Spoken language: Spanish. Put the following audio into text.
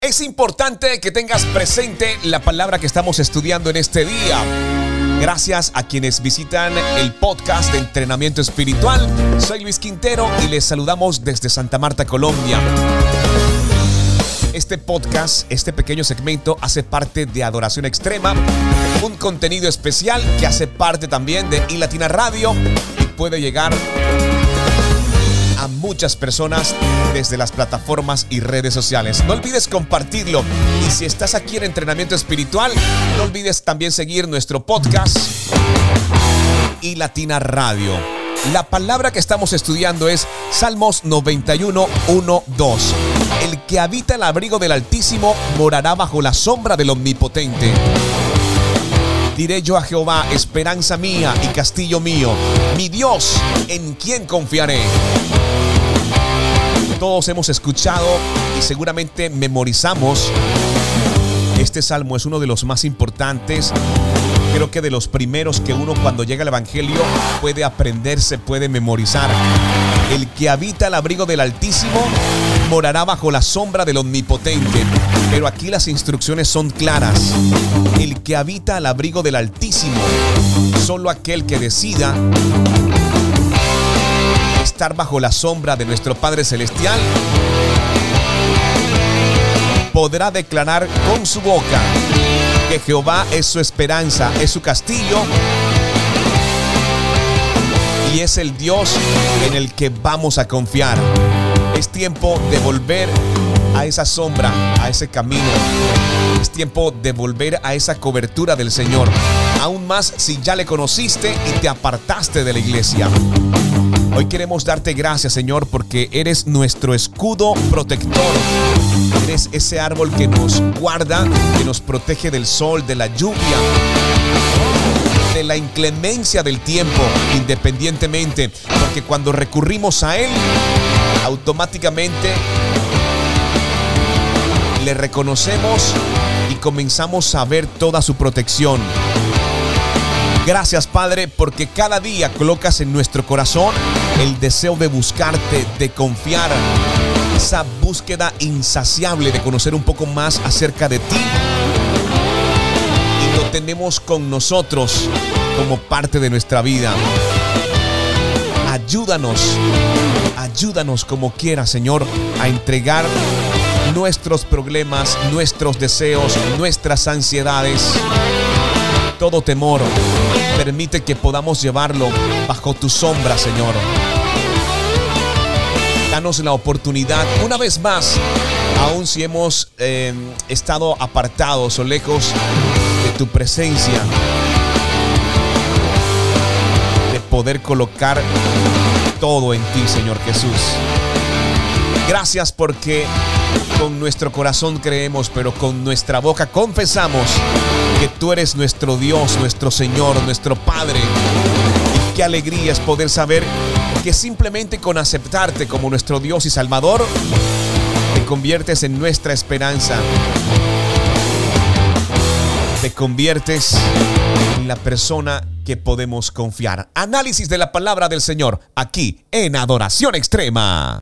Es importante que tengas presente la palabra que estamos estudiando en este día. Gracias a quienes visitan el podcast de Entrenamiento Espiritual. Soy Luis Quintero y les saludamos desde Santa Marta, Colombia. Este podcast, este pequeño segmento, hace parte de Adoración Extrema, un contenido especial que hace parte también de iLatina Radio y puede llegar a muchas personas desde las plataformas y redes sociales. No olvides compartirlo. Y si estás aquí en Entrenamiento Espiritual, no olvides también seguir nuestro podcast iLatina Radio. La palabra que estamos estudiando es Salmos 91, 1, 2. El que habita el abrigo del Altísimo morará bajo la sombra del Omnipotente. Diré yo a Jehová, esperanza mía y castillo mío, mi Dios, ¿en quién confiaré? Todos hemos escuchado y seguramente memorizamos. Este salmo es uno de los más importantes. Creo que de los primeros que uno cuando llega al Evangelio puede aprenderse, puede memorizar. El que habita el abrigo del Altísimo morará bajo la sombra del Omnipotente. Pero aquí las instrucciones son claras. El que habita al abrigo del Altísimo, solo aquel que decida estar bajo la sombra de nuestro Padre Celestial, podrá declarar con su boca que Jehová es su esperanza, es su castillo y es el Dios en el que vamos a confiar. Es tiempo de volver a esa sombra, a ese camino. Es tiempo de volver a esa cobertura del Señor. Aún más si ya le conociste y te apartaste de la iglesia. Hoy queremos darte gracias, Señor, porque eres nuestro escudo protector. Eres ese árbol que nos guarda, que nos protege del sol, de la lluvia, de la inclemencia del tiempo, independientemente, porque cuando recurrimos a Él, automáticamente le reconocemos y comenzamos a ver toda su protección. Gracias, Padre, porque cada día colocas en nuestro corazón el deseo de buscarte, de confiar, esa búsqueda insaciable de conocer un poco más acerca de ti. Y lo tenemos con nosotros como parte de nuestra vida. Ayúdanos como quieras, Señor, a entregar nuestros problemas, nuestros deseos, nuestras ansiedades, todo temor. Permite que podamos llevarlo bajo tu sombra, Señor. Danos la oportunidad, una vez más, aun si hemos estado apartados o lejos de tu presencia, de poder colocar todo en ti, Señor Jesús. Gracias porque con nuestro corazón creemos, pero con nuestra boca confesamos que tú eres nuestro Dios, nuestro Señor, nuestro Padre. Y qué alegría es poder saber que simplemente con aceptarte como nuestro Dios y Salvador, te conviertes en nuestra esperanza. Te conviertes en la persona que podemos confiar. Análisis de la palabra del Señor, aquí en Adoración Extrema.